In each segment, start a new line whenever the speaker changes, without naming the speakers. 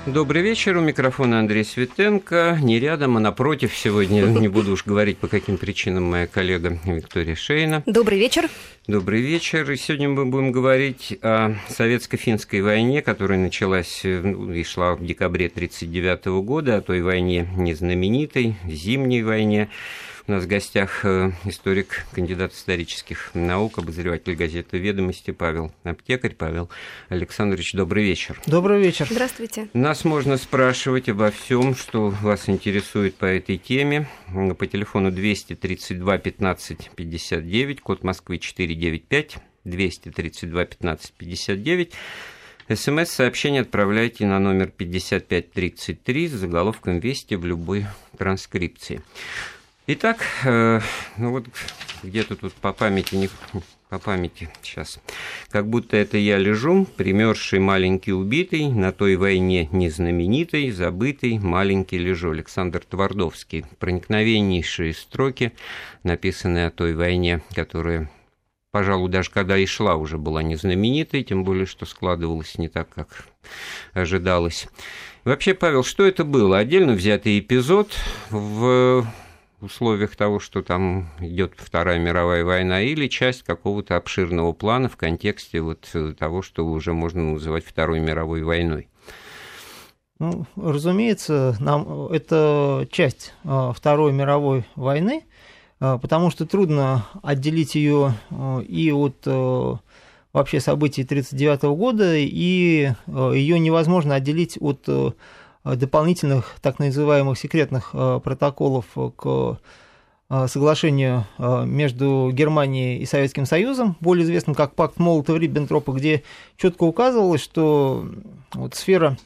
Добрый вечер, у микрофона Андрей Светенко, не рядом, а напротив сегодня, не буду уж говорить, по каким причинам, моя коллега Виктория Шейна.
Добрый вечер.
Добрый вечер, и сегодня мы будем говорить о советско-финской войне, которая началась и шла в декабре 1939 года, о той войне незнаменитой, зимней войне. У нас в гостях историк, кандидат исторических наук, обозреватель газеты «Ведомости» Павел Аптекарь. Павел Александрович, добрый вечер.
Добрый вечер.
Здравствуйте.
Нас можно спрашивать обо всем, что вас интересует по этой теме. По телефону 232 15 59, код Москвы 495, 232 15 59. СМС-сообщение отправляйте на номер 5533 с заголовком «Вести» в любой транскрипции. Итак, вот где-то тут по памяти сейчас, как будто это я лежу, примерзший маленький убитый, на той войне незнаменитой, забытый маленький лежу. Александр Твардовский. Проникновеннейшие строки, написанные о той войне, которая, пожалуй, даже когда и шла, уже была незнаменитой, тем более, что складывалось не так, как ожидалось. Вообще, Павел, что это было? Отдельно взятый эпизод в условиях того, что там идет Вторая мировая война, или часть какого-то обширного плана в контексте вот того, что уже можно называть Второй мировой войной?
Ну, разумеется, это часть Второй мировой войны, потому что трудно отделить ее и от вообще событий 1939 года, и ее невозможно отделить от дополнительных так называемых секретных протоколов к соглашению между Германией и Советским Союзом, более известным как пакт Молотова-Риббентропа, где четко указывалось, что вот сфера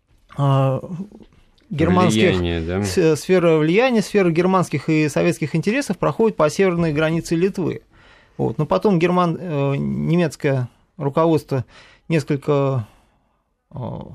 германских сфера влияния, сфера германских и советских интересов проходит по северной границе Литвы. Вот. Но потом немецкое руководство несколько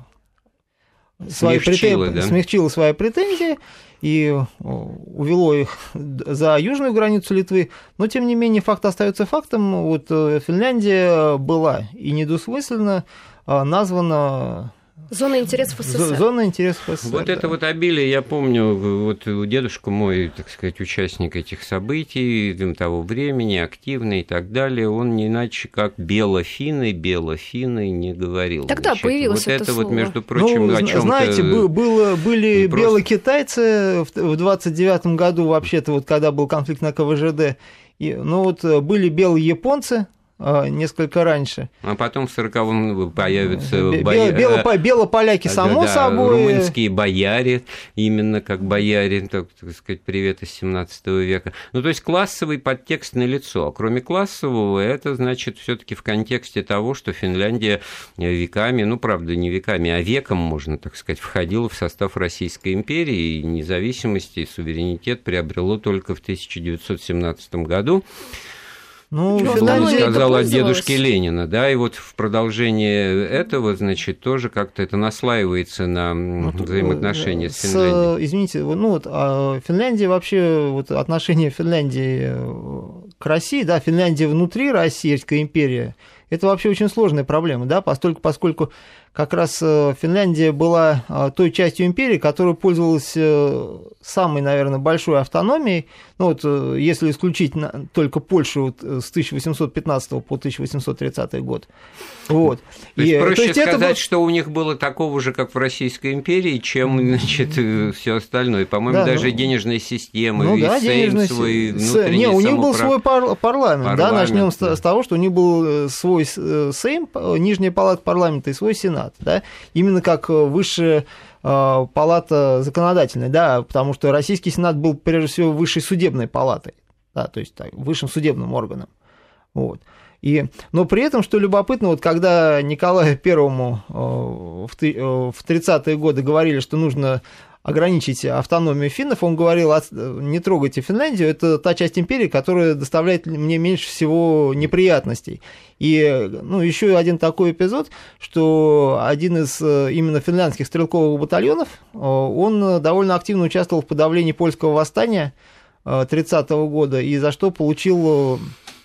смягчило свои претензии и увело их за южную границу Литвы, но, тем не менее, факт остается фактом. Вот Финляндия была и недвусмысленно названа
зона интересов СССР.
Зона интересов СССР.
Вот это вот обилие, я помню, вот дедушка мой, так сказать, участник этих событий, того времени, активный и так далее, он не иначе как белофинный не говорил.
Тогда появилось
вот
это
слово. Вот, между
прочим, о чем-то... Знаете, были белокитайцы в 1929 году, вообще-то, вот когда был конфликт на КВЖД, были белые японцы, несколько раньше.
А потом в 40-м появятся
белополяки, само собой.
Румынские бояре, именно как бояре, так сказать, привет из 17 века. Ну, то есть классовый подтекст налицо. А кроме классового, это значит все-таки в контексте того, что Финляндия веками, ну, правда, не веками, а веком, можно так сказать, входила в состав Российской империи, и независимость и суверенитет приобрело только в 1917 году. Что сказал от дедушки Ленина, да, и вот в продолжение этого, значит, тоже как-то это наслаивается на взаимоотношения с Финляндией.
Извините, Финляндия вообще, вот отношение Финляндии к России, да, Финляндия внутри Российской империи, это вообще очень сложная проблема, да, поскольку как раз Финляндия была той частью империи, которая пользовалась самой, наверное, большой автономией. Ну, вот, если исключить только Польшу вот, с 1815 по 1830 год. Вот.
То есть проще сказать, что у них было такого же, как в Российской империи, чем, значит, все остальное. По-моему, даже денежная система, и Сейм свой внутренний
у них был свой парламент. Да, начнем с того, что у них был свой Сейм, нижняя палата парламента и свой Сенат. Да? Именно как высшая палата законодательная, да, потому что Российский Сенат был, прежде всего, высшей судебной палатой, да, то есть высшим судебным органом. Вот. Но при этом, что любопытно, вот когда Николаю Первому в 30-е годы говорили, что нужно ограничить автономию финнов, он говорил: не трогайте Финляндию, это та часть империи, которая доставляет мне меньше всего неприятностей. И еще один такой эпизод, что один из именно финляндских стрелковых батальонов, он довольно активно участвовал в подавлении польского восстания 30-го года, и за что получил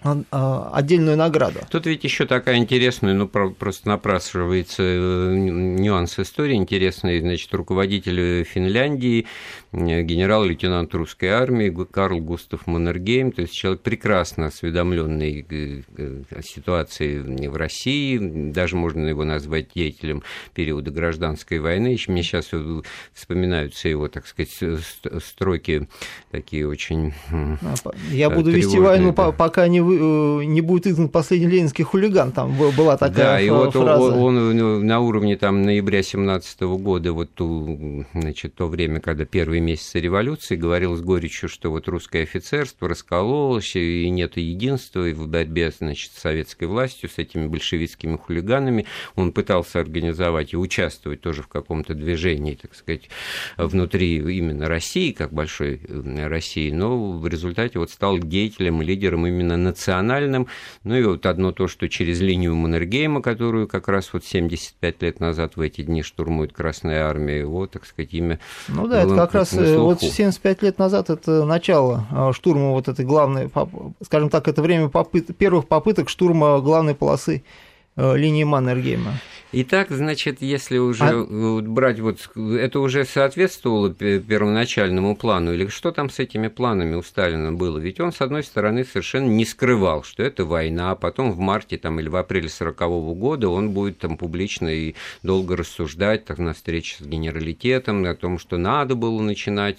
отдельную награду.
Тут ведь еще такая интересная, просто напрашивается нюанс истории интересный. Значит, руководитель Финляндии, генерал-лейтенант русской армии Карл Густав Маннергейм, то есть человек прекрасно осведомленный о ситуации в России, даже можно его назвать деятелем периода гражданской войны. Мне сейчас вспоминаются его, так сказать, строки такие очень...
Я буду вести войну, пока не будет изгнан последний ленинский хулиган, там была такая фраза. Да, и вот
он на уровне там ноября 17 года, вот значит, то время, когда первые месяцы революции, говорил с горечью, что вот русское офицерство раскололось, и нет единства, и в борьбе, значит, с советской властью, с этими большевистскими хулиганами, он пытался организовать и участвовать тоже в каком-то движении, так сказать, внутри именно России, как большой России, но в результате вот стал деятелем и лидером именно национальным. Ну и вот одно то, что через линию Маннергейма, которую как раз вот 75 лет назад в эти дни штурмует Красная Армия, его, так сказать, имя...
Ну да, это как раз вот 75 лет назад это начало штурма вот этой главной, скажем так, это время первых попыток штурма главной полосы линии Маннергейма.
Итак, значит, если уже брать вот... Это уже соответствовало первоначальному плану? Или что там с этими планами у Сталина было? Ведь он, с одной стороны, совершенно не скрывал, что это война, а потом в марте там, или в апреле 1940 года он будет там публично и долго рассуждать так, на встрече с генералитетом о том, что надо было начинать,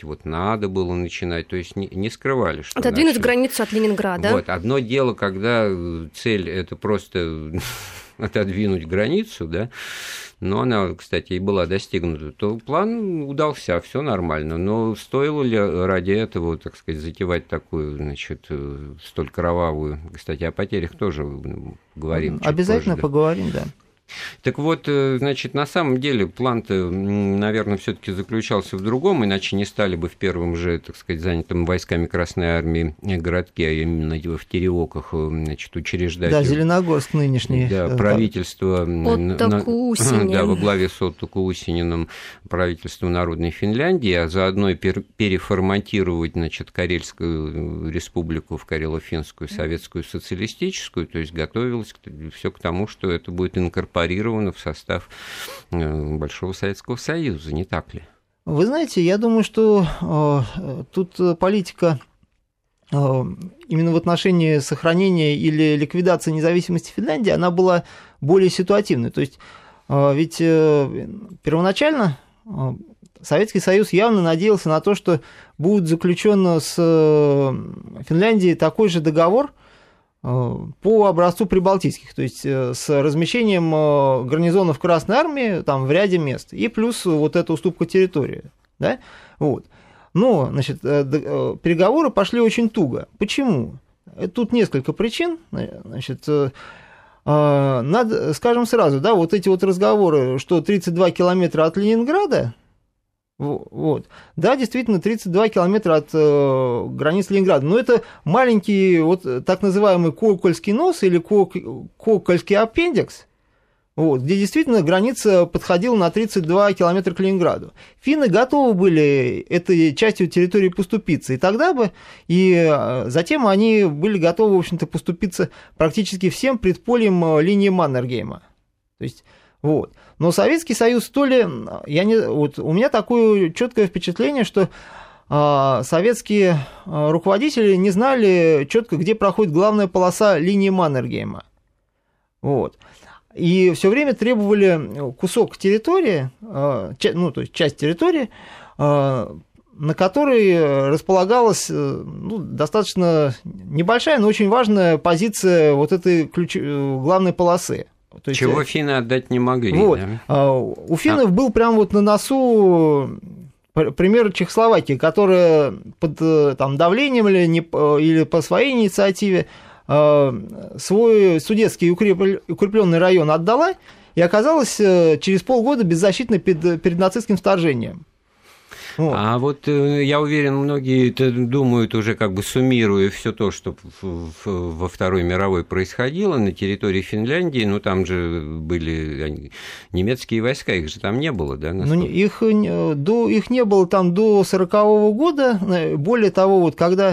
то есть не скрывали, что
отодвинуть границу от Ленинграда.
Вот, одно дело, когда цель – это просто... отодвинуть границу, да, но она, кстати, и была достигнута, то план удался, все нормально. Но стоило ли ради этого, так сказать, затевать такую, значит, столь кровавую... Кстати, о потерях тоже говорим.
Обязательно поговорим, да.
Так вот, значит, на самом деле план-то, наверное, все-таки заключался в другом, иначе не стали бы в первом же, так сказать, занятом войсками Красной Армии городке, а именно в Тереоках, значит, учреждать...
Да, Зеленогорск нынешний.
Да, правительство...
Отто Куусинин.
Да, во главе с Отто Куусининым правительство Народной Финляндии, а заодно и переформатировать, значит, Карельскую республику в Карело-Финскую советскую социалистическую, то есть готовилось все к тому, что это будет инкорпорировано в состав Большого Советского Союза, не так ли?
Вы знаете, я думаю, что тут политика именно в отношении сохранения или ликвидации независимости Финляндии, она была более ситуативной. То есть ведь первоначально Советский Союз явно надеялся на то, что будет заключен с Финляндией такой же договор по образцу прибалтийских, то есть с размещением гарнизонов Красной Армии там в ряде мест, и плюс вот эта уступка территории. Да? Вот. Но, значит, переговоры пошли очень туго. Почему? Тут несколько причин. Значит, надо, скажем сразу, да, вот эти вот разговоры, что 32 километра от Ленинграда, вот. Да, действительно, 32 километра от границ Ленинграда. Но это маленький, вот так называемый Кокольский нос или Кокольский аппендикс, вот, где действительно граница подходила на 32 километра к Ленинграду. Финны готовы были этой частью территории поступиться, и тогда бы, и затем они были готовы, в общем-то, поступиться практически всем предпольем линии Маннергейма. То есть, вот. Но Советский Союз, то ли, вот, у меня такое четкое впечатление, что советские руководители не знали четко, где проходит главная полоса линии Маннергейма. Вот. И все время требовали кусок территории, ну, то есть часть территории, на которой располагалась достаточно небольшая, но очень важная позиция вот этой главной полосы. То есть,
чего финны отдать не могли.
Вот.
Да?
У финнов был прямо вот на носу пример Чехословакии, которая под там, давлением или по своей инициативе свой Судетский укрепленный район отдала и оказалась через полгода беззащитной перед нацистским вторжением.
Вот. А вот я уверен, многие думают уже как бы суммируя все то, что во Второй мировой происходило на территории Финляндии, ну там же были немецкие войска, их же там не было, да?
Ну, их не было там до 1940 года. Более того, вот когда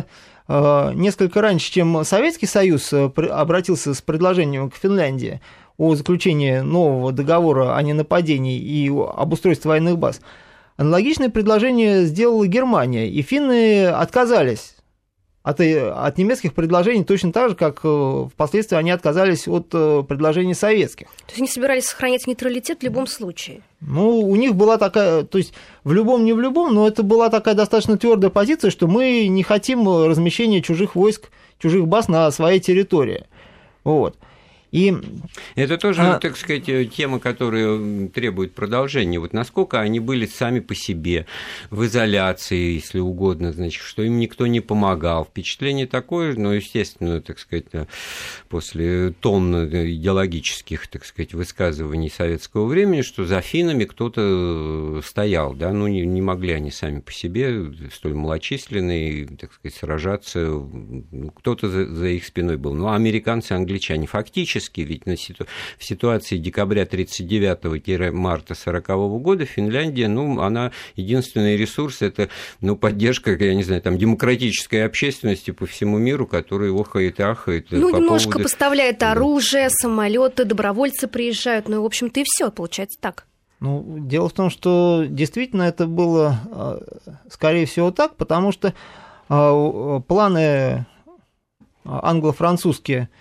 несколько раньше, чем Советский Союз обратился с предложением к Финляндии о заключении нового договора о ненападении и об устройстве военных баз, аналогичное предложение сделала Германия, и финны отказались от немецких предложений точно так же, как впоследствии они отказались от предложений советских.
То есть они собирались сохранять нейтралитет в любом случае?
Ну, у них была такая, то есть в любом, не в любом, но это была такая достаточно твердая позиция, что мы не хотим размещения чужих войск, чужих баз на своей территории. Вот. И
это тоже, так сказать, тема, которая требует продолжения. Вот насколько они были сами по себе в изоляции, если угодно, значит, что им никто не помогал. Впечатление такое, но, естественно, так сказать, после томно-идеологических, так сказать, высказываний советского времени, что за финнами кто-то стоял, да, ну, не могли они сами по себе, столь малочисленные, так сказать, сражаться, кто-то за их спиной был. Ну, а американцы, англичане фактически, ведь в ситуации декабря 1939-марта 1940 года Финляндия, ну, она единственный ресурс, это, ну, поддержка, я не знаю, там, демократической общественности по всему миру, которая охает и ахает.
Ну, немножко поставляет оружие, самолеты, добровольцы приезжают, ну, в общем-то, и все получается так.
Ну, дело в том, что действительно это было, скорее всего, так, потому что планы англо-французские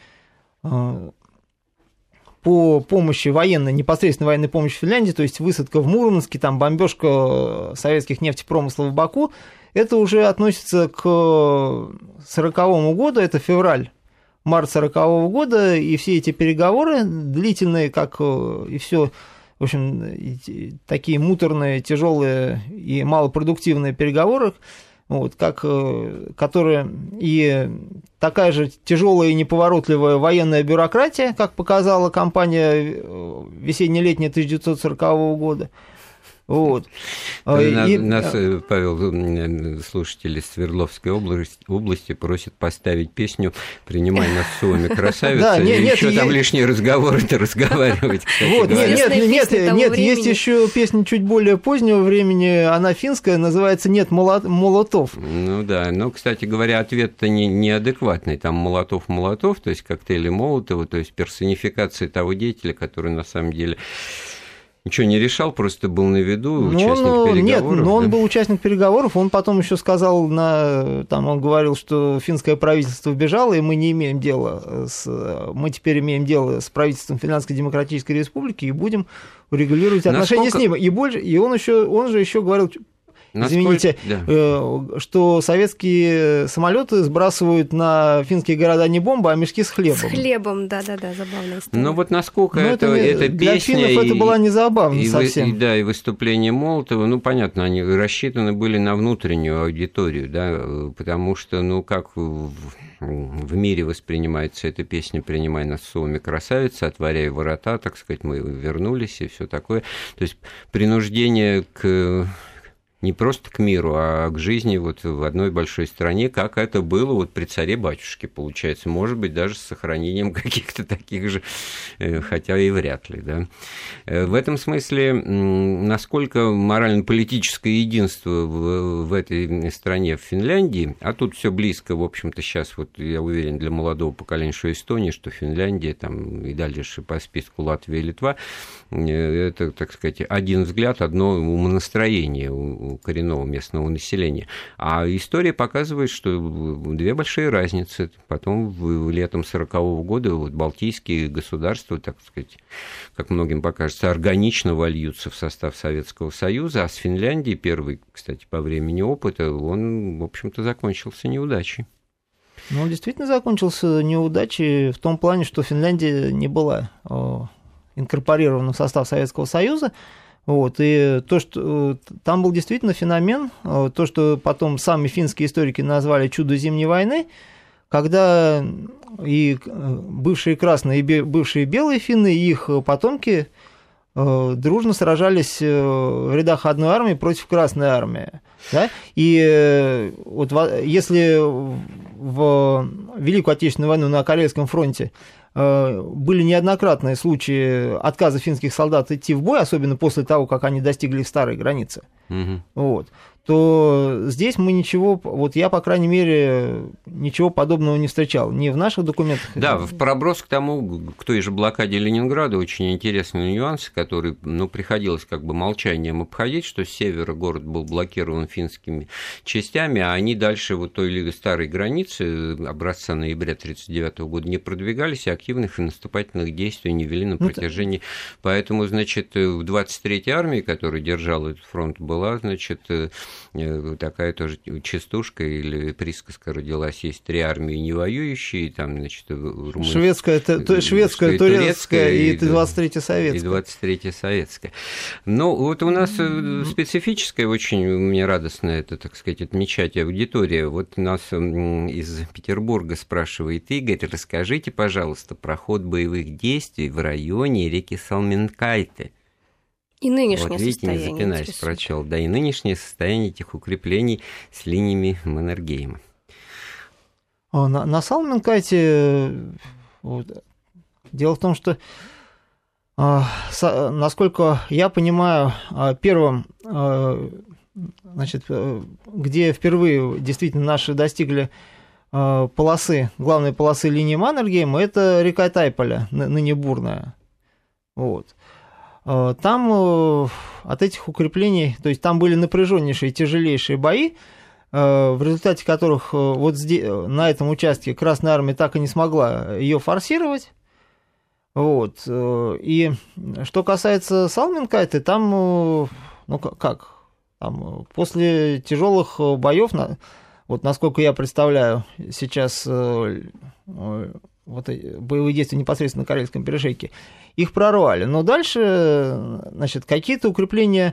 по помощи военной, непосредственно военной помощи Финляндии, то есть высадка в Мурманске, там бомбежка советских нефтепромыслов в Баку, это уже относится к 1940 году, это февраль, март 1940 года, и все эти переговоры длительные, как и все, в общем, такие муторные, тяжелые и малопродуктивные переговоры, вот, которые и такая же тяжелая и неповоротливая военная бюрократия, как показала кампания весенне-летняя 1940 года. Вот.
Нас, Павел, слушатели Свердловской области просят поставить песню «Принимай нас в Суоме, красавица». И еще там лишние разговоры-то разговаривать, кстати говоря.
Нет, есть еще песня чуть более позднего времени, она финская, называется «Нет молотов».
Ну да, но, кстати говоря, ответ-то неадекватный. Там молотов, то есть коктейли Молотова, то есть персонификация того деятеля, который на самом деле ничего не решал, просто был на виду, участник переговоров.
Нет, но он был участник переговоров, он потом еще сказал, он говорил, что финское правительство вбежало, и мы не имеем дела мы теперь имеем дело с правительством Финляндской Демократической Республики и будем урегулировать отношения с ним. И он же еще говорил... Извините, что советские самолеты сбрасывают на финские города не бомбы, а мешки с хлебом.
С хлебом, да-да-да, забавная история.
Ну вот насколько это песня...
Для финнов это была не забавно совсем.
И выступление Молотова, ну понятно, они рассчитаны были на внутреннюю аудиторию, да, потому что, ну как в мире воспринимается эта песня «Принимай нас в Суоме, красавица», «Отворяй ворота», так сказать, мы вернулись и все такое. То есть принуждение не просто к миру, а к жизни вот в одной большой стране, как это было вот при царе-батюшке, получается, может быть, даже с сохранением каких-то таких же, хотя и вряд ли, да. В этом смысле, насколько морально-политическое единство в этой стране, в Финляндии, а тут все близко, в общем-то, сейчас, вот я уверен, для молодого поколения, что Эстония, что Финляндия, там, и дальше по списку Латвия и Литва, это, так сказать, один взгляд, одно умонастроение у коренного местного населения. А история показывает, что две большие разницы. Потом летом 1940 года вот балтийские государства, так сказать, как многим покажется, органично вольются в состав Советского Союза, а с Финляндией, первый, кстати, по времени опыта, он, в общем-то, закончился неудачей.
Ну, действительно закончился неудачей в том плане, что Финляндия не была инкорпорирована в состав Советского Союза. Вот, и то, что там был действительно феномен, то, что потом сами финские историки назвали «чудо Зимней войны», когда и бывшие красные, и бывшие белые финны, и их потомки дружно сражались в рядах одной армии против Красной армии. Да? И вот если в Великую Отечественную войну на Карельском фронте были неоднократные случаи отказа финских солдат идти в бой, особенно после того, как они достигли их старой границы, вот, то здесь мы ничего, вот я, по крайней мере, ничего подобного не встречал, ни в наших документах.
Да, в проброс к тому, к той же блокаде Ленинграда, очень интересные нюансы, которые, приходилось как бы молчанием обходить, что с севера город был блокирован финскими частями, а они дальше вот той старой границы образца ноября 1939 года не продвигались, и активных и наступательных действий не вели на протяжении. Поэтому, значит, в 23-й армии, которая держала этот фронт, была, значит, такая тоже частушка или присказка родилась: есть 3 армии не воюющие, там, значит,
шведская, турецкая и 23-я советская. И
23-я советская. Ну, вот у нас специфическая, очень мне радостно это, так сказать, отмечать аудитория. Вот нас из Петербурга спрашивает Игорь: расскажите, пожалуйста, про ход боевых действий в районе реки Салминкайте.
И нынешнее
вот, видите,
состояние.
Не запинаясь, прочел. Да, и нынешнее состояние этих укреплений с линиями Маннергейма.
На Салминкайте дело в том, что, насколько я понимаю, первым, значит, где впервые действительно наши достигли главной полосы линии Маннергейма, это река Тайполя, ныне Бурная. Вот. Там от этих укреплений, то есть там были напряженнейшие, тяжелейшие бои, в результате которых вот здесь, на этом участке Красная Армия так и не смогла ее форсировать. Вот. И что касается Салминкайте, там, там после тяжелых боев, вот насколько я представляю сейчас вот боевые действия непосредственно на Карельском перешейке, их прорвали. Но дальше, значит, какие-то укрепления,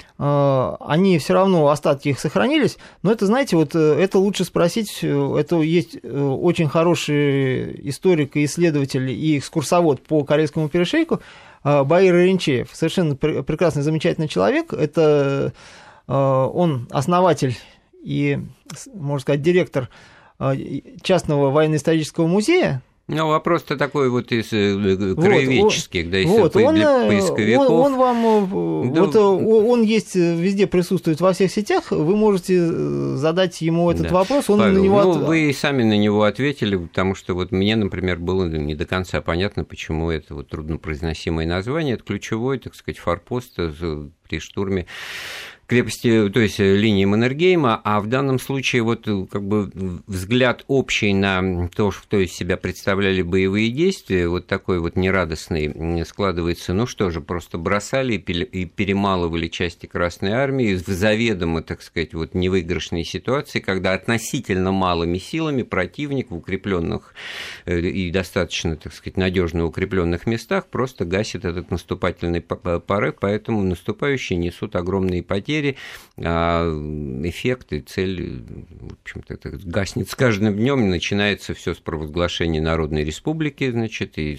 они все равно, остатки их сохранились, но это, знаете, вот это лучше спросить, это есть очень хороший историк и исследователь и экскурсовод по Карельскому перешейку Баир Ренчеев, совершенно прекрасный, замечательный человек, это он основатель и, можно сказать, директор частного военно-исторического музея.
Ну, вопрос-то такой вот из краеведческих, да, из поисковиков.
Он вам, да, он есть везде, присутствует во всех сетях, вы можете задать ему этот вопрос, он
Павел,
на него...
вы сами на него ответили, потому что вот мне, например, было не до конца понятно, почему это вот труднопроизносимое название, это ключевой, так сказать, форпост при штурме крепости, то есть линии Маннергейма, а в данном случае вот как бы взгляд общий на то, что из себя представляли боевые действия, вот такой вот нерадостный складывается. Ну что же, просто бросали и перемалывали части Красной Армии в заведомо, так сказать, вот невыигрышной ситуации, когда относительно малыми силами противник в укрепленных и достаточно, так сказать, надежно укрепленных местах просто гасит этот наступательный порыв, поэтому наступающие несут огромные потери, а эффект и цель, в общем-то, гаснет с каждым днем, начинается все с провозглашения Народной Республики, значит, и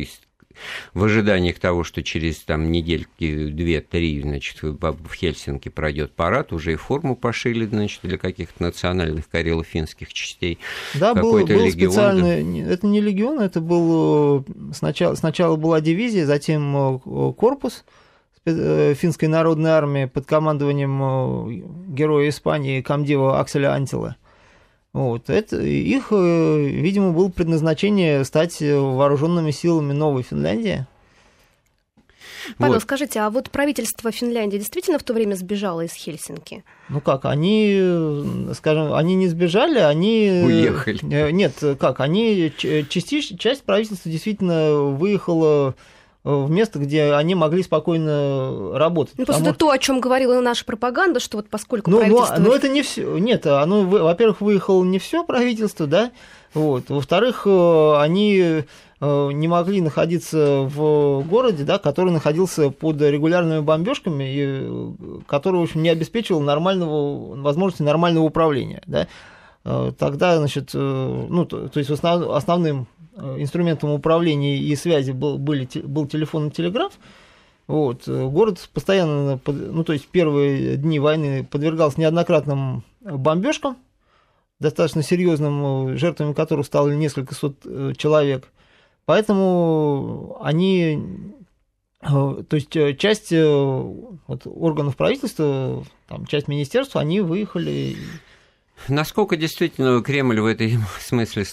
в ожиданиях того, что через там недельки 2-3, значит, в Хельсинки пройдет парад, уже и форму пошили, значит, для каких-то национальных карело-финских частей.
Да, был специальный, это не легион, это был сначала была дивизия, затем корпус финской народной армии под командованием героя Испании комдива Акселя Антила. Вот. Их, видимо, было предназначение стать вооруженными силами новой Финляндии.
Павел, скажите, а вот правительство Финляндии действительно в то время сбежало из Хельсинки?
Ну как, они не сбежали, они...
Уехали.
Нет, как, часть правительства действительно выехала в место, где они могли спокойно работать.
Ну, просто это то, о чем говорила наша пропаганда, что вот поскольку правительство...
Но это не все. Нет, оно, во-первых, выехало не все правительство, да, вот. Во-вторых, они не могли находиться в городе, да, который находился под регулярными бомбежками и который, в общем, не обеспечивал возможности нормального управления, да. Тогда, значит, то есть основным инструментом управления и связи был телефон и телеграф. Вот. Город постоянно, то есть первые дни войны подвергался неоднократным бомбежкам, достаточно серьезным, жертвами которых стало несколько сот человек. Поэтому они То есть часть вот, органов правительства, там, часть министерств, они выехали.
Насколько действительно Кремль в этой смысле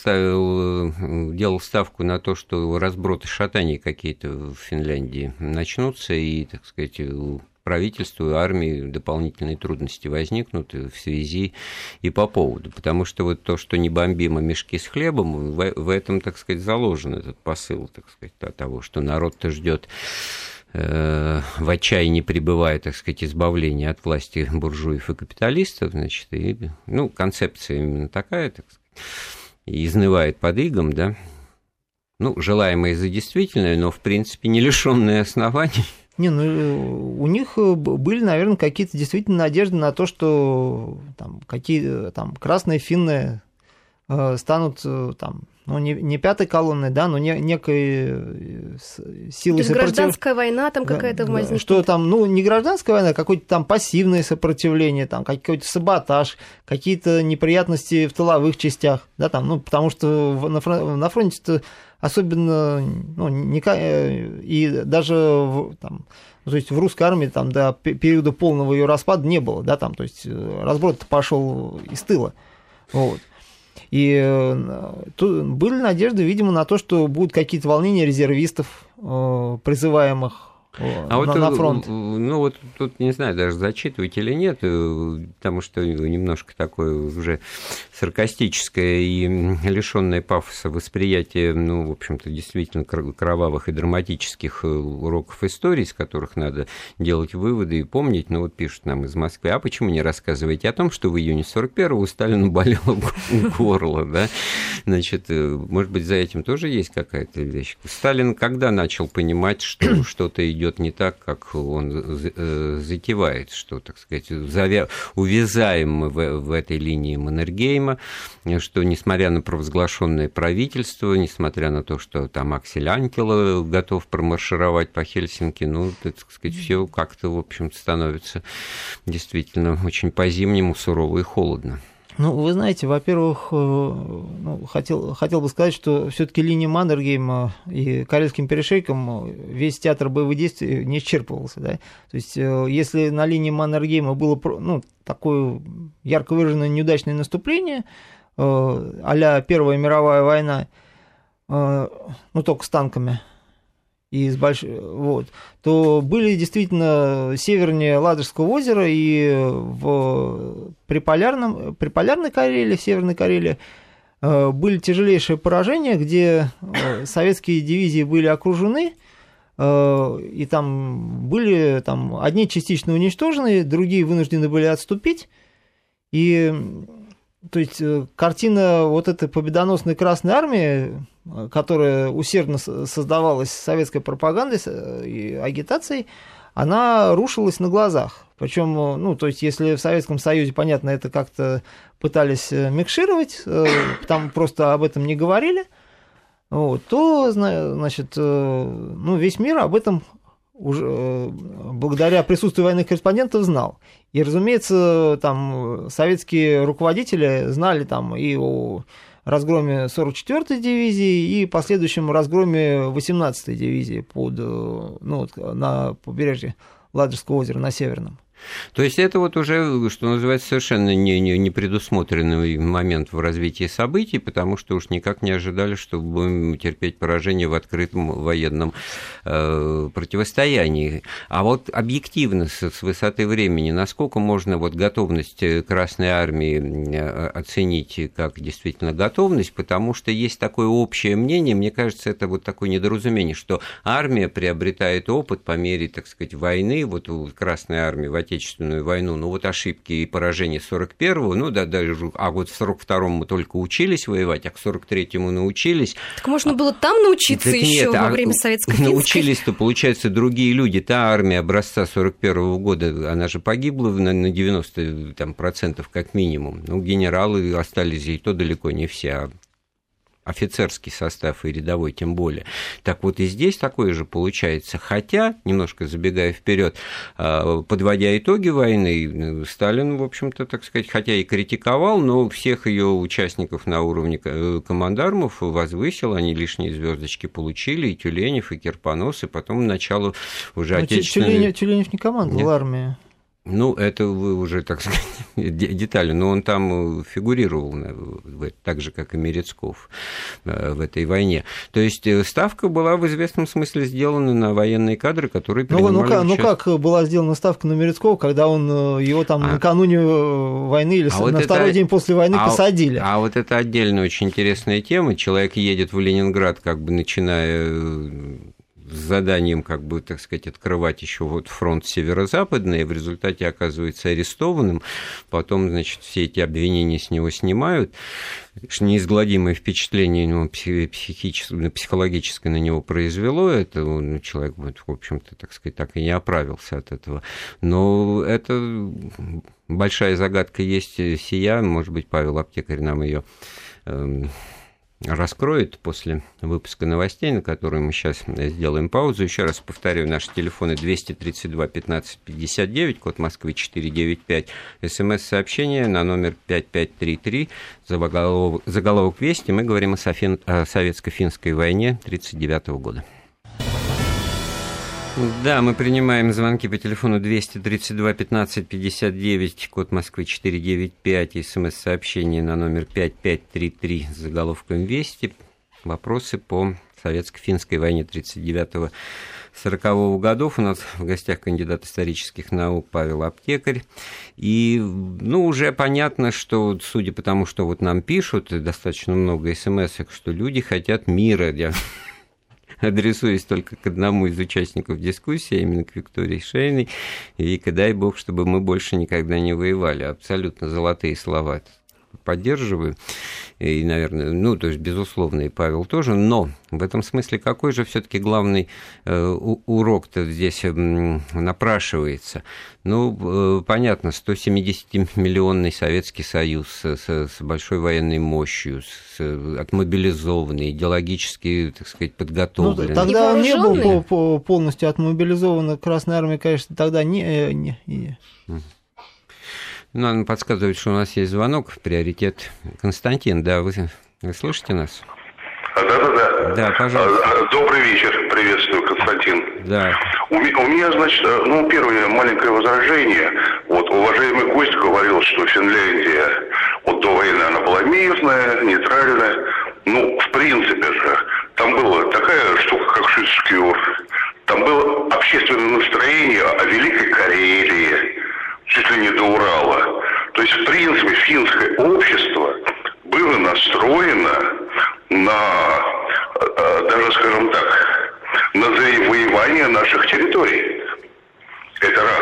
делал ставку на то, что разброты шатаний какие-то в Финляндии начнутся, и, так сказать, у правительства и армии дополнительные трудности возникнут в связи и по поводу. Потому что вот то, что не бомбим, а мешки с хлебом, в этом, так сказать, заложен этот посыл, так сказать, того, что народ-то ждет, в отчаянии пребывая, так сказать, избавления от власти буржуев и капиталистов, значит, и, ну, концепция именно такая, так сказать, и изнывает под игом, да, ну, желаемое за действительное, но, в принципе, не лишённое оснований.
Не, ну, у них были, наверное, какие-то действительно надежды на то, что там, какие там красные финны станут там, ну, не пятой колонной, да, но некой силой сопротивления. То есть
гражданская война там какая-то возникнет?
Что там, ну, не гражданская война, а какое-то там пассивное сопротивление, там какой-то саботаж, какие-то неприятности в тыловых частях, да, там, ну, потому что на фронте-то особенно, ну, и даже там, то есть в русской армии там до периода полного ее распада не было, да, там, то есть разброд пошел из тыла, вот. И тут были надежды, видимо, на то, что будут какие-то волнения резервистов, призываемых на фронт.
Ну, вот тут, не знаю, даже зачитывать или нет, потому что немножко такое уже саркастическое и лишённое пафоса восприятие, ну, в общем-то, действительно кровавых и драматических уроков истории, из которых надо делать выводы и помнить. Ну, вот пишут нам из Москвы: а почему не рассказываете о том, что в июне 41-го у Сталина болело горло, да? Значит, может быть, за этим тоже есть какая-то вещь. Сталин когда начал понимать, что что-то идет не так, как он затевает, что, так сказать, увязаем мы в этой линии Маннергейма, что, несмотря на провозглашенное правительство, несмотря на то, что там Аксель Анкела готов промаршировать по Хельсинки, ну, так сказать, все как-то, в общем-то, становится действительно очень по-зимнему сурово и холодно.
Ну, вы знаете, во-первых, ну, хотел бы сказать, что все-таки линия Маннергейма и Карельским перешейком весь театр боевых действий не исчерпывался. Да? То есть, если на линии Маннергейма было, ну, такое ярко выраженное неудачное наступление, а-ля Первая мировая война, ну, только с танками, и вот, то были действительно севернее Ладожского озера и в Приполярной Карелии, в Северной Карелии были тяжелейшие поражения, где советские дивизии были окружены, и там были одни частично уничтожены, другие вынуждены были отступить. И то есть картина вот этой победоносной Красной Армии, которая усердно создавалась советской пропагандой и агитацией, она рушилась на глазах. Причем, ну, то есть, если в Советском Союзе, понятно, это как-то пытались микшировать, там просто об этом не говорили, вот, то, значит, ну, весь мир об этом уже благодаря присутствию военных корреспондентов знал. И, разумеется, там советские руководители знали там и о разгроме 44-й дивизии и последующем разгроме 18-й дивизии на побережье Ладожского озера, на Северном.
То есть это вот уже, что называется, совершенно не предусмотренный момент в развитии событий, потому что уж никак не ожидали, что будем терпеть поражение в открытом военном противостоянии. А вот объективно, с высоты времени, насколько можно вот готовность Красной Армии оценить как действительно готовность, потому что есть такое общее мнение, мне кажется, это вот такое недоразумение, что армия приобретает опыт по мере, так сказать, войны, вот у Красной Армии в Отечественную войну, ну вот ошибки и поражения 41-го, ну да, даже, а вот в 42-м мы только учились воевать, а к 43-му научились.
Так можно было там научиться еще во время советской
научились-то, получается, другие люди. Та армия образца 41-го года, она же погибла на 90% как минимум. Ну, генералы остались, и то далеко не все, офицерский состав и рядовой тем более. Так вот и здесь такое же получается. Хотя, немножко забегая вперед, подводя итоги войны, Сталин, в общем-то, так сказать, хотя и критиковал, но всех ее участников на уровне командармов возвысил, они лишние звездочки получили, и Тюленев, и Кирпонос, и потом начало уже отечественной...
Тюленев не командовал армией.
Ну, это вы уже, так сказать, детали, но он там фигурировал, так же, как и Мерецков в этой войне. То есть ставка была в известном смысле сделана на военные кадры, которые принимали
участие. Как была сделана ставка на Мерецкова, когда его там накануне войны или на второй день после войны посадили?
А вот это отдельно очень интересная тема. Человек едет в Ленинград, как бы начиная... с заданием, как бы, так сказать, открывать еще вот фронт северо-западный, и в результате оказывается арестованным, потом, значит, все эти обвинения с него снимают, неизгладимое впечатление психологическое на него произвело, это человек, в общем-то, так сказать, так и не оправился от этого, но это большая загадка есть сия, может быть, Павел Аптекарь нам ее раскроет после выпуска новостей, на которые мы сейчас сделаем паузу. Еще раз повторю, наши телефоны 232 15 59, код Москвы 495, СМС-сообщение на номер 5533, заголовок «Вести». Мы говорим о советско-финской войне 1939 года. Да, мы принимаем звонки по телефону 232 15 59, код Москвы 495, смс-сообщение на номер 5533 с заголовком «Вести». Вопросы по советско-финской войне 1939-1940 годов. У нас в гостях кандидат исторических наук Павел Аптекарь. И, уже понятно, что, судя по тому, что вот нам пишут, достаточно много смс-ок, что люди хотят мира. Адресуясь только к одному из участников дискуссии, а именно к Виктории Шейной, и дай бог, чтобы мы больше никогда не воевали. Абсолютно золотые слова. Поддерживаю, и, наверное, то есть, безусловно, и Павел тоже, но в этом смысле какой же все-таки главный урок-то здесь напрашивается? Понятно, 170-миллионный Советский Союз с большой военной мощью, отмобилизованный, идеологически, так сказать, подготовленный.
Тогда он не был полностью отмобилизован, Красная Армия, конечно, тогда не.
Нам подсказывает, что у нас есть звонок, приоритет. Константин, да, вы слышите нас?
Да.
Да, пожалуйста.
Добрый вечер, приветствую, Константин.
Да.
У меня, значит, первое маленькое возражение. Вот уважаемый гость говорил, что Финляндия до войны она была мирная, нейтральная. В принципе же, там была такая штука, как Шицкюр. Там было общественное настроение о Великой Карелии, чуть ли не до Урала. То есть, в принципе, финское общество было настроено на, даже, скажем так, на завоевание наших территорий. Это раз.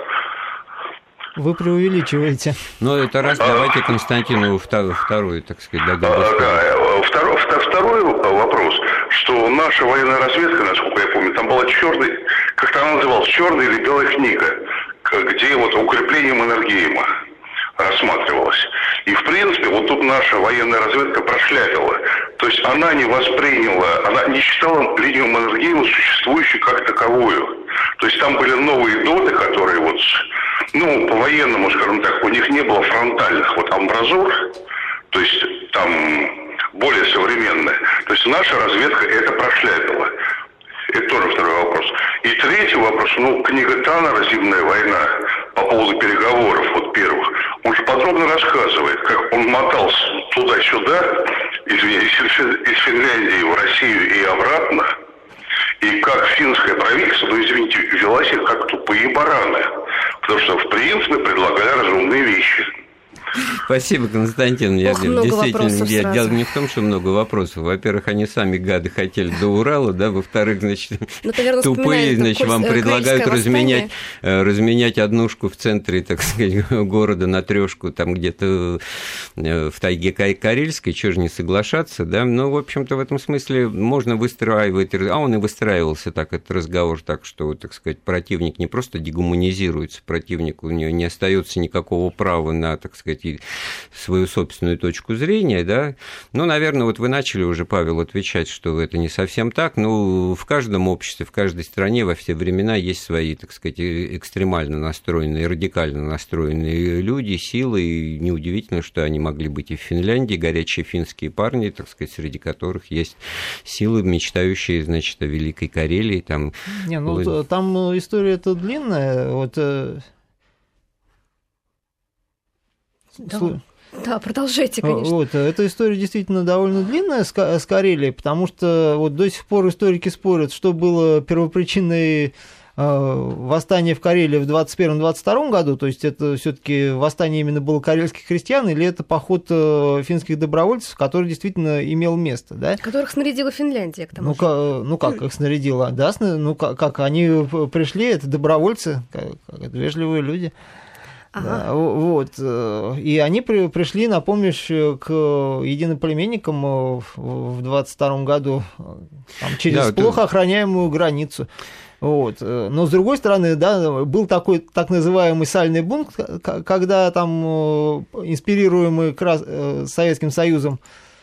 Вы преувеличиваете.
Это раз. Давайте Константину второй, так сказать, дадим.
Второй вопрос, что наша военная разведка, насколько я помню, там была черная, как-то она называлась, черная или белая книга, где укрепление Маннергейма рассматривалось. И, в принципе, тут наша военная разведка прошляпила. То есть она не восприняла, она не считала линию Маннергейма существующей как таковую. То есть там были новые доты, которые по-военному, скажем так, у них не было фронтальных амбразур, то есть там более современная. То есть наша разведка это прошляпила. Это тоже второй вопрос. И третий вопрос, книга Таннера «Зимняя война» по поводу переговоров, первых, он же подробно рассказывает, как он мотался туда-сюда, из Финляндии в Россию и обратно, и как финское правительство, вела себя как тупые бараны, потому что, в принципе, предлагали разумные вещи.
Спасибо, Константин. Действительно, дело не в том, что много вопросов. Во-первых, они сами, гады, хотели до Урала, да, во-вторых, значит, тупые, значит, вам предлагают разменять однушку в центре, так сказать, города на трешку, там где-то в тайге Карельской, чего же не соглашаться, да, в общем-то, в этом смысле можно выстраивать, он и выстраивался так, этот разговор, так что, так сказать, противник не просто дегуманизируется, противнику не остается никакого права на, так сказать, и свою собственную точку зрения, да. Ну, наверное, вот вы начали уже, Павел, отвечать, что это не совсем так. Ну, в каждом обществе, в каждой стране во все времена есть свои, так сказать, экстремально настроенные, радикально настроенные люди, силы, и неудивительно, что они могли быть и в Финляндии, горячие финские парни, так сказать, среди которых есть силы, мечтающие, значит, о Великой Карелии. Там,
не, ну, там история-то длинная, вот...
Да, продолжайте, конечно.
Вот, эта история действительно довольно длинная с Карелией, потому что вот до сих пор историки спорят, что было первопричиной восстания в Карелии в 21-22 году, то есть это все-таки восстание именно было карельских крестьян, или это поход финских добровольцев, который действительно имел место, да?
Которых снарядила Финляндия, к тому же.
Ну как их снарядила? Да, ну как они пришли, это добровольцы, это вежливые люди. Ага. Да, вот. И они пришли на помощь к единоплеменникам в 22 году там, через плохо охраняемую границу. Вот. Но, с другой стороны, да, был такой так называемый сальный бунт, когда там, инспирируемый Советским Союзом,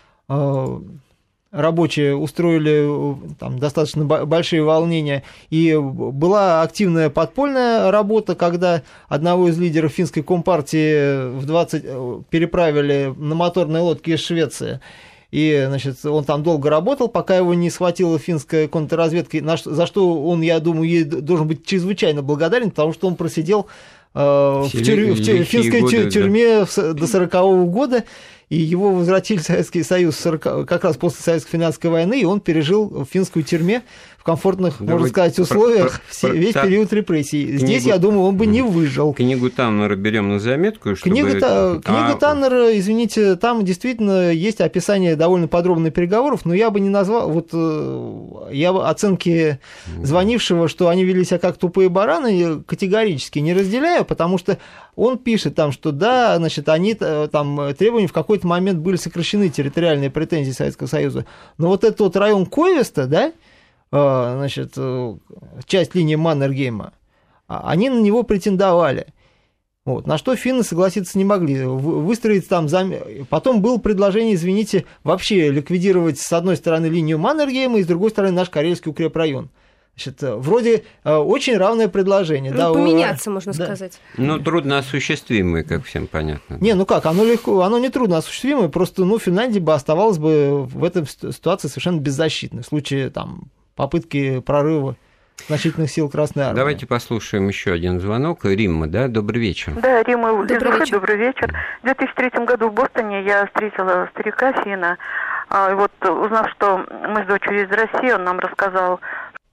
рабочие устроили там достаточно большие волнения, и была активная подпольная работа, когда одного из лидеров финской компартии переправили на моторной лодке из Швеции. И, значит, он там долго работал, пока его не схватила финская контрразведка, за что он, я думаю, ей должен быть чрезвычайно благодарен, потому что он просидел в финской тюрьме до 40-го года, и его возвратили в Советский Союз как раз после Советско-финляндской войны, и он пережил в финской тюрьме в комфортных, можно сказать, условиях весь период репрессий. Здесь, я думаю, он бы не выжил.
Книгу Таннера берем на заметку.
Книга Таннера, извините, там действительно есть описание довольно подробных переговоров, но я бы не назвал, я оценки звонившего, что они вели себя как тупые бараны, категорически не разделяю, потому что он пишет там, что да, значит, они там требования в какой-то момент были сокращены, территориальные претензии Советского Союза, но вот этот вот район Койвеста, да, значит, часть линии Маннергейма, они на него претендовали. Вот, на что финны согласиться не могли. Выстроить там... Потом было предложение, извините, вообще ликвидировать с одной стороны линию Маннергейма и с другой стороны наш Карельский укрепрайон. Значит, вроде очень равное предложение.
Да, поменяться, можно сказать.
Ну, трудно осуществимое, как всем понятно.
Не, ну как, оно легко, оно не трудно осуществимое, просто, Финляндия бы оставалась бы в этой ситуации совершенно беззащитной в случае там попытки прорыва значительных сил Красной Армии.
Давайте послушаем еще один звонок. Римма, да? Добрый вечер.
Да, Римма, добрый вечер. В 2003 году в Бостоне я встретила старика Фина. И вот, узнав, что мы с дочерью из России, он нам рассказал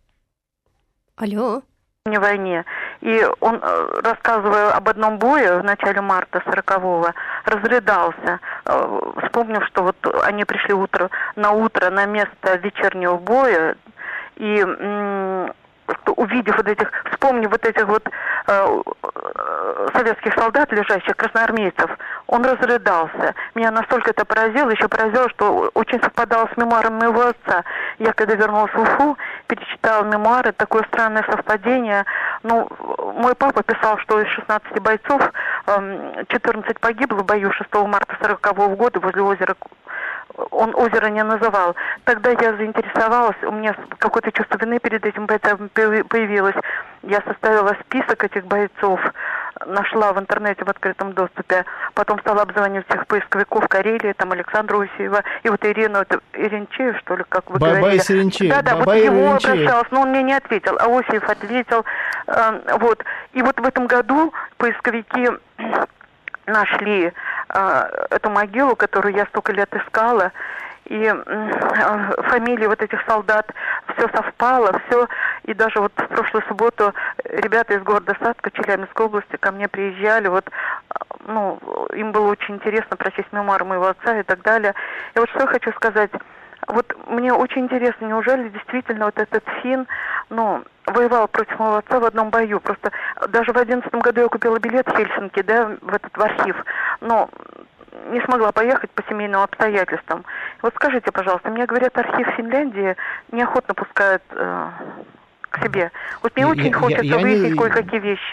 о
войне. И он, рассказывая об одном бое в начале марта 40-го, разрыдался, вспомнив, что вот они пришли на место вечернего боя, и увидев вспомнив этих советских солдат, лежащих, красноармейцев, он разрыдался. Меня настолько это поразило, что очень совпадало с мемуаром моего отца. Я, когда вернулась в Уфу, перечитала мемуары, такое странное совпадение. Мой папа писал, что из 16 бойцов 14 погибло в бою 6 марта 40-го года возле озера. Он озеро не называл. Тогда я заинтересовалась, у меня какое-то чувство вины перед этим бойцом появилось. Я составила список этих бойцов, нашла в интернете в открытом доступе, потом стала обзванивать всех поисковиков Карелии, там Александра Усеева, и вот Ирину Иринчеев, что ли, как вы говорили.
Бабай Иринчеев.
Да, вот его обращалась, но он мне не ответил, а Усеев ответил. И вот в этом году поисковики нашли эту могилу, которую я столько лет искала, и фамилии вот этих солдат, все совпало, все, и даже вот в прошлую субботу ребята из города Сатка, Челябинской области, ко мне приезжали, им было очень интересно прочесть мемуары моего отца и так далее. И вот что я хочу сказать, вот мне очень интересно, неужели действительно вот этот фин, воевал против моего отца в одном бою. Просто даже в 2011 году я купила билет в Хельсинки, в архив, но не смогла поехать по семейным обстоятельствам. Вот скажите, пожалуйста, мне говорят, архив Финляндии неохотно пускают к себе. Вот мне очень хочется выяснить кое-какие вещи.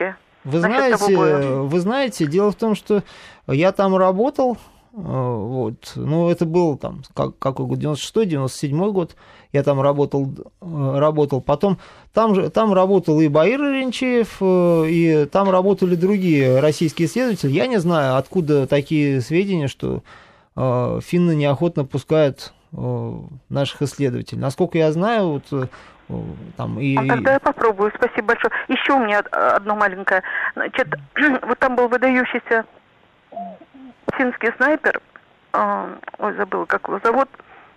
Вы знаете, дело в том, что я там работал, вот, ну, это был там, какой год, 96-й, 97-й год, я там работал, потом там работал и Баир Иринчеев, и там работали другие российские исследователи. Я не знаю, откуда такие сведения, что финны неохотно пускают наших исследователей. Насколько я знаю, вот там и...
Тогда я попробую, спасибо большое. Еще у меня одно маленькое. Значит, вот там был выдающийся финский снайпер, забыла, как его зовут,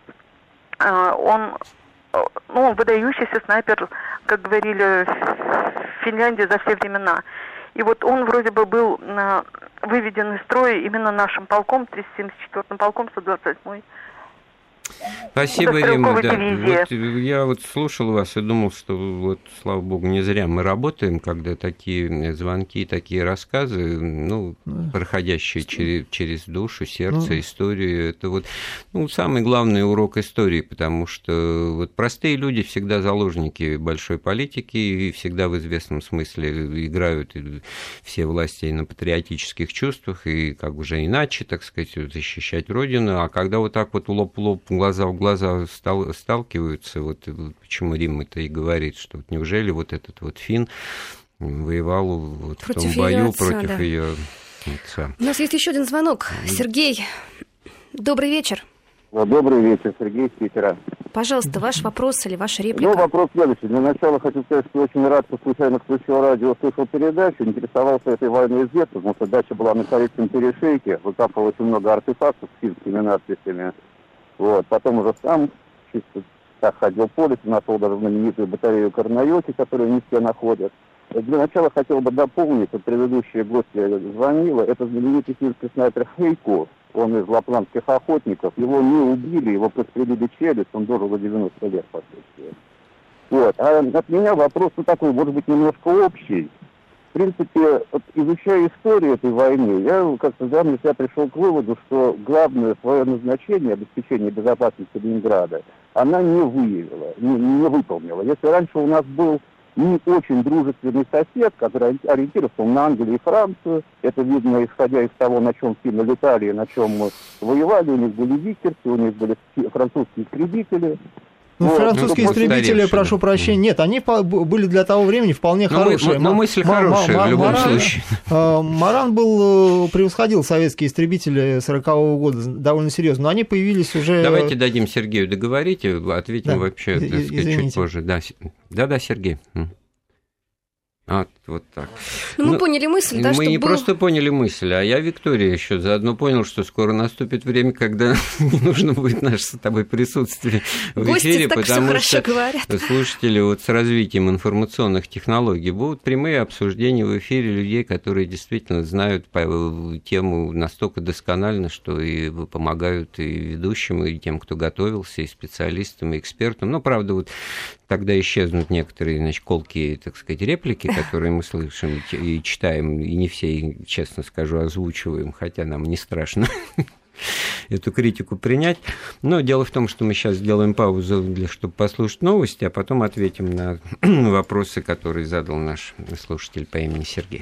он выдающийся снайпер, как говорили в Финляндии за все времена. И вот он вроде бы был выведен из строя именно нашим полком, 374-м полком, 128-й.
Спасибо, Рима. Да. Вот я вот слушал вас и думал, что вот, слава богу, не зря мы работаем, когда такие звонки, такие рассказы, ну, проходящие через душу, сердце, историю, это вот самый главный урок истории, потому что вот простые люди всегда заложники большой политики и всегда в известном смысле играют все власти на патриотических чувствах и как уже иначе, так сказать, защищать Родину, а когда вот так вот лоб в лоб, глаза в глаза сталкиваются, вот почему Римма-то и говорит, что вот неужели вот этот вот финн воевал вот в том бою против ее отца.
У нас есть еще один звонок. Сергей, добрый вечер.
Добрый вечер, Сергей из Питера.
Пожалуйста, ваш вопрос или ваша реплика?
Вопрос следующий. Для начала хочу сказать, что очень рад, что случайно включил радио, слышал передачу, интересовался этой войной с детства, потому что дача была на корейском перешейке, выкапывал очень много артефактов с финскими надписями. Вот. Потом уже сам чисто так ходил по лесу, нашел даже знаменитую батарею Карнайоки, которую не все находят. Для начала хотел бы дополнить, что предыдущая гостья звонила, это знаменитый финский снайпер Хейко, он из лапландских охотников, его не убили, его прострелили челюсть, он дожил до 90 лет впоследствии. Вот. А от меня вопрос такой, может быть, немножко общий. В принципе, изучая историю этой войны, я как-то для себя пришел к выводу, что главное свое назначение, обеспечение безопасности Ленинграда, она не выявила, не выполнила. Если раньше у нас был не очень дружественный сосед, который ориентировался на Англию и Францию, это видно, исходя из того, на чем финны летали и на чем мы воевали, у них были викерсы, у них были французские истребители.
Французские истребители, прошу прощения, нет, они были для того времени вполне хорошие.
Но мысль хорошая в любом случае.
Маран превосходил советские истребители 40-го года довольно серьезно, но они появились уже...
Давайте дадим Сергею договорить, ответим вообще, так сказать, чуть позже. Да, Сергей. Вот так.
Мы поняли мысль, да?
Мы не просто поняли мысль, а я, Виктория, еще заодно понял, что скоро наступит время, когда не нужно будет наше с тобой присутствие в эфире, потому что слушатели вот с развитием информационных технологий будут прямые обсуждения в эфире людей, которые действительно знают тему настолько досконально, что и помогают и ведущим, и тем, кто готовился, и специалистам, и экспертам. Но, правда, вот тогда исчезнут некоторые, значит, колкие, так сказать, реплики, которые мы слышим и читаем, и не все, честно скажу, озвучиваем, хотя нам не страшно эту критику принять. Но дело в том, что мы сейчас сделаем паузу, чтобы послушать новости, а потом ответим на вопросы, которые задал наш слушатель по имени Сергей.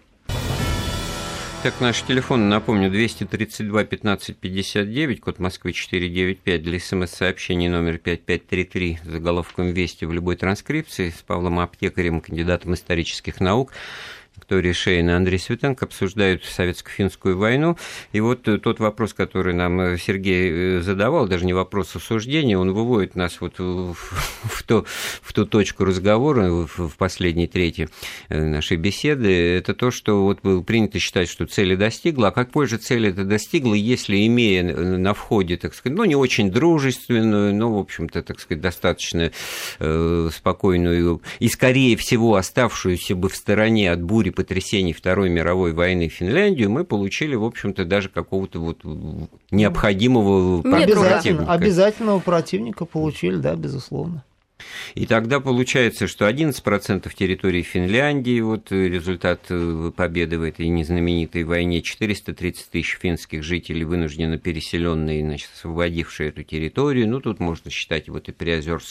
Так, наш телефон, напомню, 232 15 59, код Москвы 495, для СМС-сообщений номер 5533 с заголовком «Вести» в любой транскрипции с Павлом Аптекарем, кандидатом исторических наук, Виктория Шейн и Андрей Светенко обсуждают советско-финскую войну. И вот тот вопрос, который нам Сергей задавал, даже не вопрос осуждения, он выводит нас вот в ту точку разговора, в последней трети нашей беседы. Это то, что вот было принято считать, что цели достигла. А какой же цели это достигла, если, имея на входе, так сказать, не очень дружественную, но, в общем-то, так сказать, достаточно спокойную и, скорее всего, оставшуюся бы в стороне от бури потрясений Второй мировой войны Финляндию, мы получили, в общем-то, даже какого-то вот необходимого противника.
Обязательного противника получили, да, безусловно.
И тогда получается, что 11% территории Финляндии, вот результат победы в этой незнаменитой войне, 430 тысяч финских жителей, вынужденно переселенные, значит, освободившие эту территорию. Ну, тут можно считать вот и Приозерск,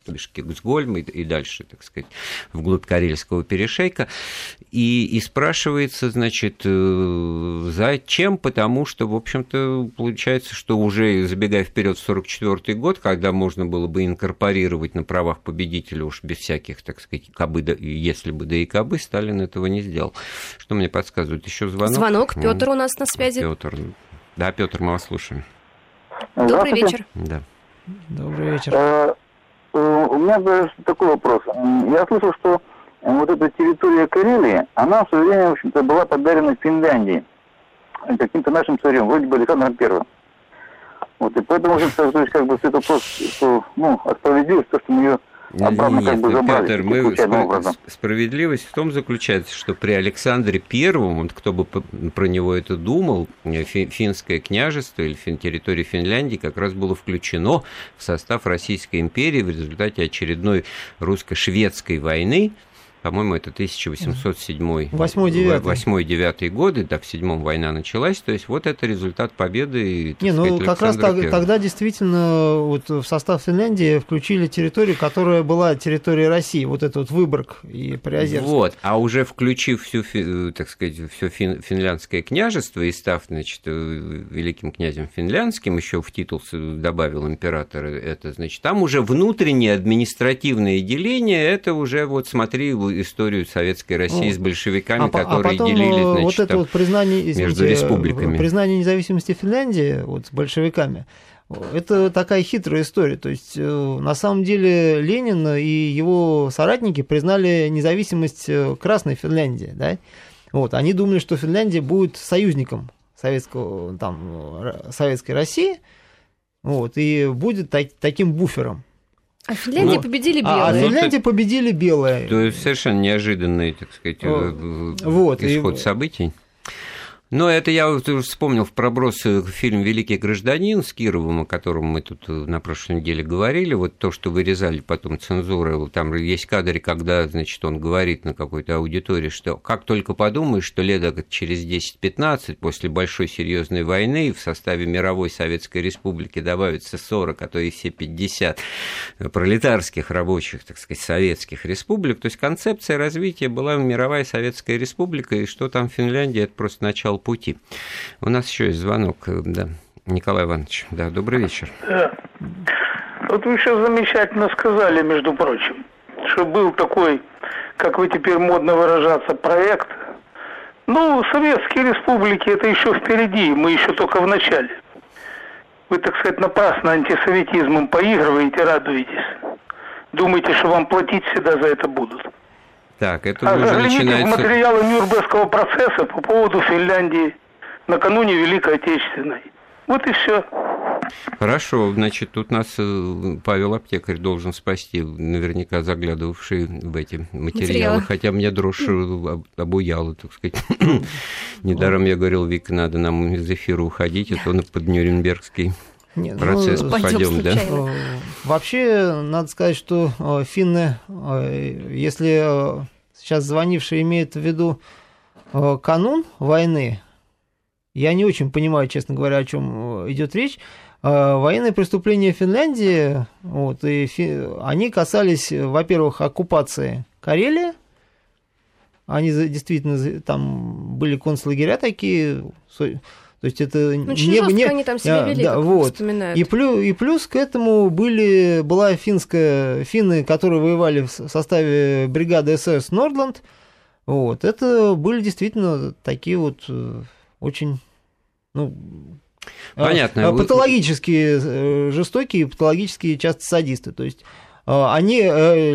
Бишкек-Гольм и дальше, так сказать, вглубь Карельского перешейка. И спрашивается, значит, зачем? Потому что, в общем-то, получается, что уже забегая вперед в 1944 год, когда можно было бы инкорпорировать на правах победителя уж без всяких, так сказать, кабы, если бы да и кабы, Сталин этого не сделал. Что мне подсказывает? Еще звонок?
Звонок. Петр у нас на связи.
Петр. Да, Петр, мы вас слушаем.
Добрый вечер.
Да.
Добрый вечер.
У меня такой вопрос. Я слышал, что вот эта территория Карелии, она в свое время, в общем-то, была подарена Финляндии каким-то нашим царем, вроде бы Александром Первым. Вот, и поэтому, то есть, как бы, это просто, что, справедливость, то, что мы ее обратно как бы забрали.
Петр, справедливость в том заключается, что при Александре Первом, кто бы про него это думал, финское княжество или территория Финляндии как раз было включено в состав Российской империи в результате очередной русско-шведской войны. По-моему, это 1807 8-9 годы, да, в 7-м война началась, то есть вот это результат победы.
Как раз тогда действительно вот в состав Финляндии включили территорию, которая была территорией России, вот это вот Выборг и Приозерск.
Вот, а уже включив всю, так сказать, все финляндское княжество и став, значит, великим князем финляндским, еще в титул добавил император это, значит, там уже внутреннее административное деление, это уже вот смотри историю Советской России с большевиками, которые
потом,
делили, значит,
вот это вот признание,
между республиками.
Признание независимости Финляндии вот, с большевиками, это такая хитрая история. То есть, на самом деле, Ленин и его соратники признали независимость Красной Финляндии. Да? Вот, они думали, что Финляндия будет союзником Советской России, вот, и будет таким буфером.
А в Финляндии победили белые.
Финляндии победили белые.
То есть совершенно неожиданный, так сказать, исход событий. Но это я вспомнил в проброс фильм «Великий гражданин» с Кировым, о котором мы тут на прошлой неделе говорили. Вот то, что вырезали потом цензуры, там есть кадры, когда, значит, он говорит на какой-то аудитории, что как только подумаешь, что лет через 10-15 после большой серьезной войны в составе мировой Советской Республики добавится 40, а то и все 50 пролетарских рабочих, так сказать, советских республик. То есть концепция развития была мировая Советская Республика, и что там Финляндия, это просто начало пути. У нас еще есть звонок, да, Николай Иванович. Да, добрый вечер.
Да. Вот вы сейчас замечательно сказали, между прочим, что был такой, как вы теперь модно выражаться, проект. Советские республики это еще впереди, мы еще только в начале. Вы, так сказать, напрасно антисоветизмом поигрываете, радуетесь. Думаете, что вам платить всегда за это будут.
Так, это уже начинается...
в материалы Нюрнбергского процесса по поводу Финляндии накануне Великой Отечественной. Вот и все.
Хорошо, значит, тут нас Павел Аптекарь должен спасти, наверняка заглядывавший в эти материалы, хотя мне дрожь обуяла, так сказать. Недаром я говорил, Вика, надо нам из эфира уходить, а то под Нюрнбергский процесс попадем, да?
Вообще, надо сказать, что финны, если сейчас звонивший имеет в виду канун войны, я не очень понимаю, честно говоря, о чем идет речь. Военные преступления Финляндии, они касались, во-первых, оккупации Карелии. Они действительно, там были концлагеря такие. То есть это
они там себя вели, вспоминают.
И плюс к этому была финны, которые воевали в составе бригады СС Нордланд. Это были действительно такие вот очень патологические, жестокие, патологические часто садисты. То есть они...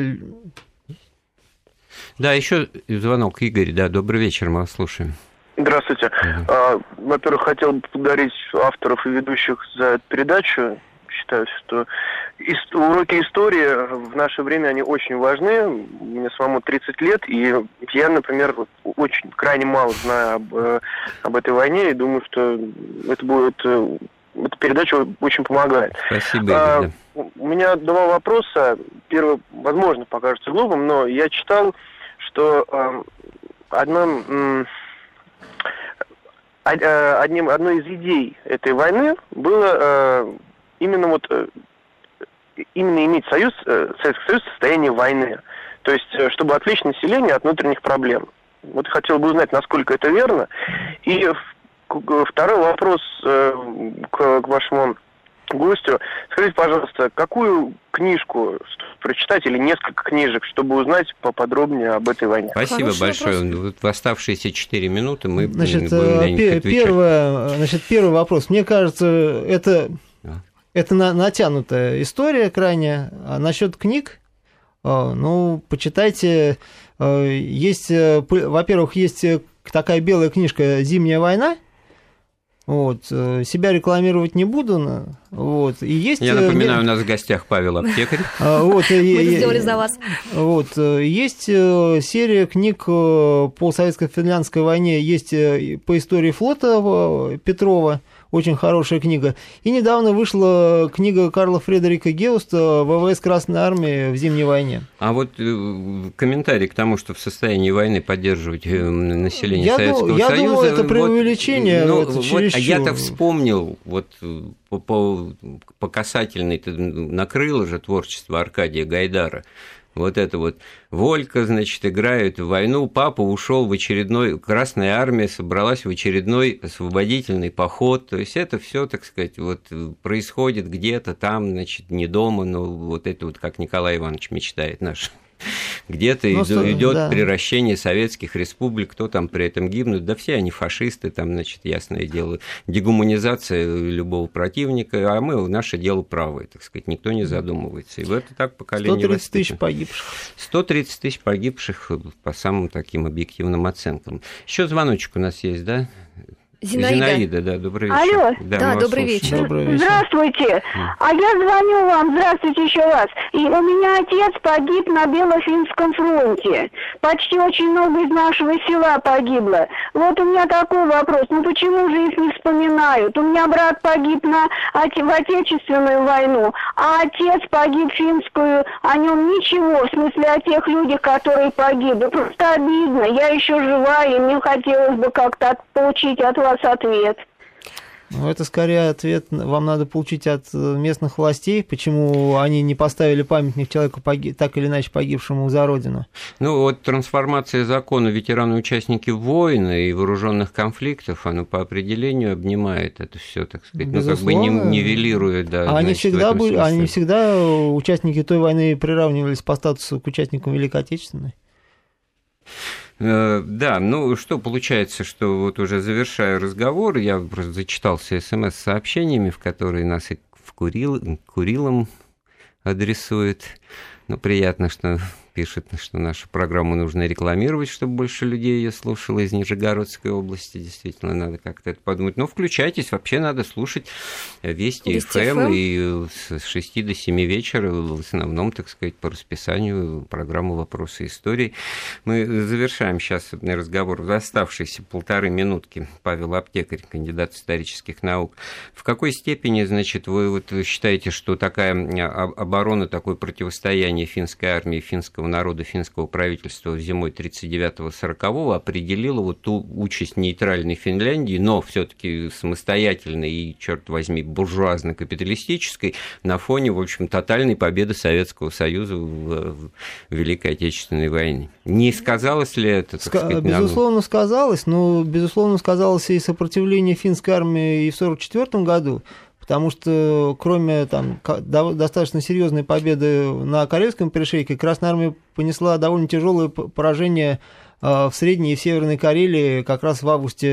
Да, еще звонок, Игорь. Да, добрый вечер, мы вас слушаем.
Здравствуйте. Во-первых, хотел бы поблагодарить авторов и ведущих за эту передачу. Считаю, что уроки истории в наше время, они очень важны. Мне самому 30 лет, и я, например, очень крайне мало знаю об этой войне, и думаю, что эта передача очень помогает.
Спасибо, Игорь.
У меня два вопроса. Первый, возможно, покажется глупым, но я читал, что одной из идей этой войны было именно именно иметь Советский Союз в состоянии войны. То есть, чтобы отвлечь население от внутренних проблем. Вот хотел бы узнать, насколько это верно. И второй вопрос к вашему гостю. Скажите, пожалуйста, какую книжку прочитать или несколько книжек, чтобы узнать поподробнее об этой войне?
Спасибо большое. Вот в оставшиеся 4 минуты мы будем
первый вопрос. Мне кажется, это натянутая история крайне. А насчет книг, почитайте. Во-первых, есть такая белая книжка «Зимняя война». Вот, себя рекламировать не буду. Вот, и есть...
Я напоминаю, у нас в гостях Павел Аптекарь.
Мы это сделали за вас.
Вот, есть серия книг по советско-финляндской войне, есть по истории флота Петрова, очень хорошая книга. И недавно вышла книга Карла Фредерика Геуста «ВВС Красной Армии в зимней войне».
А вот комментарий к тому, что в состоянии войны поддерживать население Советского Союза...
Я думаю, это преувеличение.
Я-то вспомнил, по касательной накрыло же творчество Аркадия Гайдара. Вот это вот. Волька, значит, играет в войну, папа ушел в очередной, Красная Армия собралась в очередной освободительный поход. То есть это все, так сказать, вот происходит где-то там, значит, не дома, но вот это вот как Николай Иванович мечтает наш. Где-то идет приращение советских республик, кто там при этом гибнут, да все они фашисты, там, значит, ясное дело, дегуманизация любого противника, а наше дело правое, так сказать, никто не задумывается. И в это так поколение
130 тысяч погибших.
130 тысяч погибших по самым таким объективным оценкам. Еще звоночек у нас есть, да? Зинаида, да, добрый вечер.
Алло.
Да, добрый вечер.
Здравствуйте. А я звоню вам, здравствуйте еще раз. И у меня отец погиб на Бело-Финском фронте. Почти очень много из нашего села погибло. Вот у меня такой вопрос. Почему же их не вспоминают? У меня брат погиб в Отечественную войну, а отец погиб в финскую. О нем ничего, в смысле о тех людях, которые погибли. Просто обидно. Я еще жива, и мне хотелось бы как-то получить от вас ответ.
Это скорее ответ вам надо получить от местных властей, почему они не поставили памятник человеку, так или иначе погибшему за Родину.
Трансформация закона ветераны-участники войн и вооруженных конфликтов, оно по определению обнимает это все, так сказать, нивелирует. Да,
они всегда участники той войны приравнивались по статусу к участникам Великой Отечественной.
Да, что получается, что вот уже завершая разговор, я просто зачитался СМС-сообщениями, в которые нас и Курилом адресует. Приятно, что пишет, что нашу программу нужно рекламировать, чтобы больше людей ее слушало из Нижегородской области. Действительно, надо как-то это подумать. Включайтесь, вообще надо слушать Вести ФМ и с 6 до 7 вечера, в основном, так сказать, по расписанию программы «Вопросы истории». Мы завершаем сейчас разговор в оставшиеся 1,5 минутки. Павел Аптекарь, кандидат исторических наук. В какой степени, значит, вы считаете, что такая оборона, такое противостояние финской армии, финского народа, финского правительства зимой 39-40 определила ту участь нейтральной Финляндии, но все-таки самостоятельной и, черт возьми, буржуазно-капиталистической на фоне, в общем, тотальной победы Советского Союза в Великой Отечественной войне? Не сказалось ли это, так сказать,
безусловно, сказалось, но, безусловно, сказалось и сопротивление финской армии и в 1944 году. Потому что кроме достаточно серьезной победы на Карельском перешейке, Красная Армия понесла довольно тяжелое поражение в Средней и в Северной Карелии как раз в августе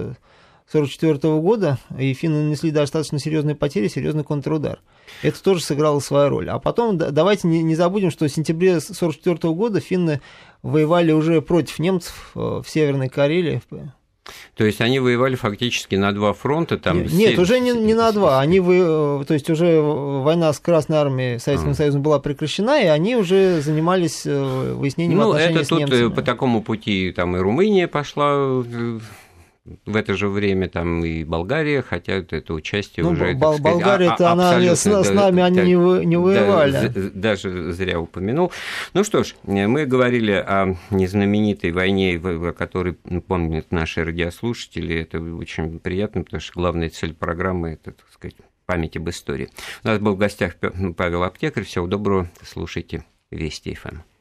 1944 года, и финны нанесли достаточно серьезные потери, серьезный контрудар. Это тоже сыграло свою роль. А потом давайте не забудем, что в сентябре 1944 года финны воевали уже против немцев в Северной Карелии.
То есть они воевали фактически на два фронта?
Нет, уже не на два. То есть уже война с Красной Армией Советским Союзом была прекращена, и они уже занимались выяснением отношений с немцами.
Тут по такому пути и Румыния пошла в это же время, и Болгария, хотя это участие уже...
Болгария-то она с нами они не воевали.
Даже зря упомянул. Что ж, мы говорили о незнаменитой войне, о которой помнят наши радиослушатели. Это очень приятно, потому что главная цель программы – это, так сказать, память об истории. У нас был в гостях Павел Аптекарь. Всего доброго. Слушайте Вести ФМ.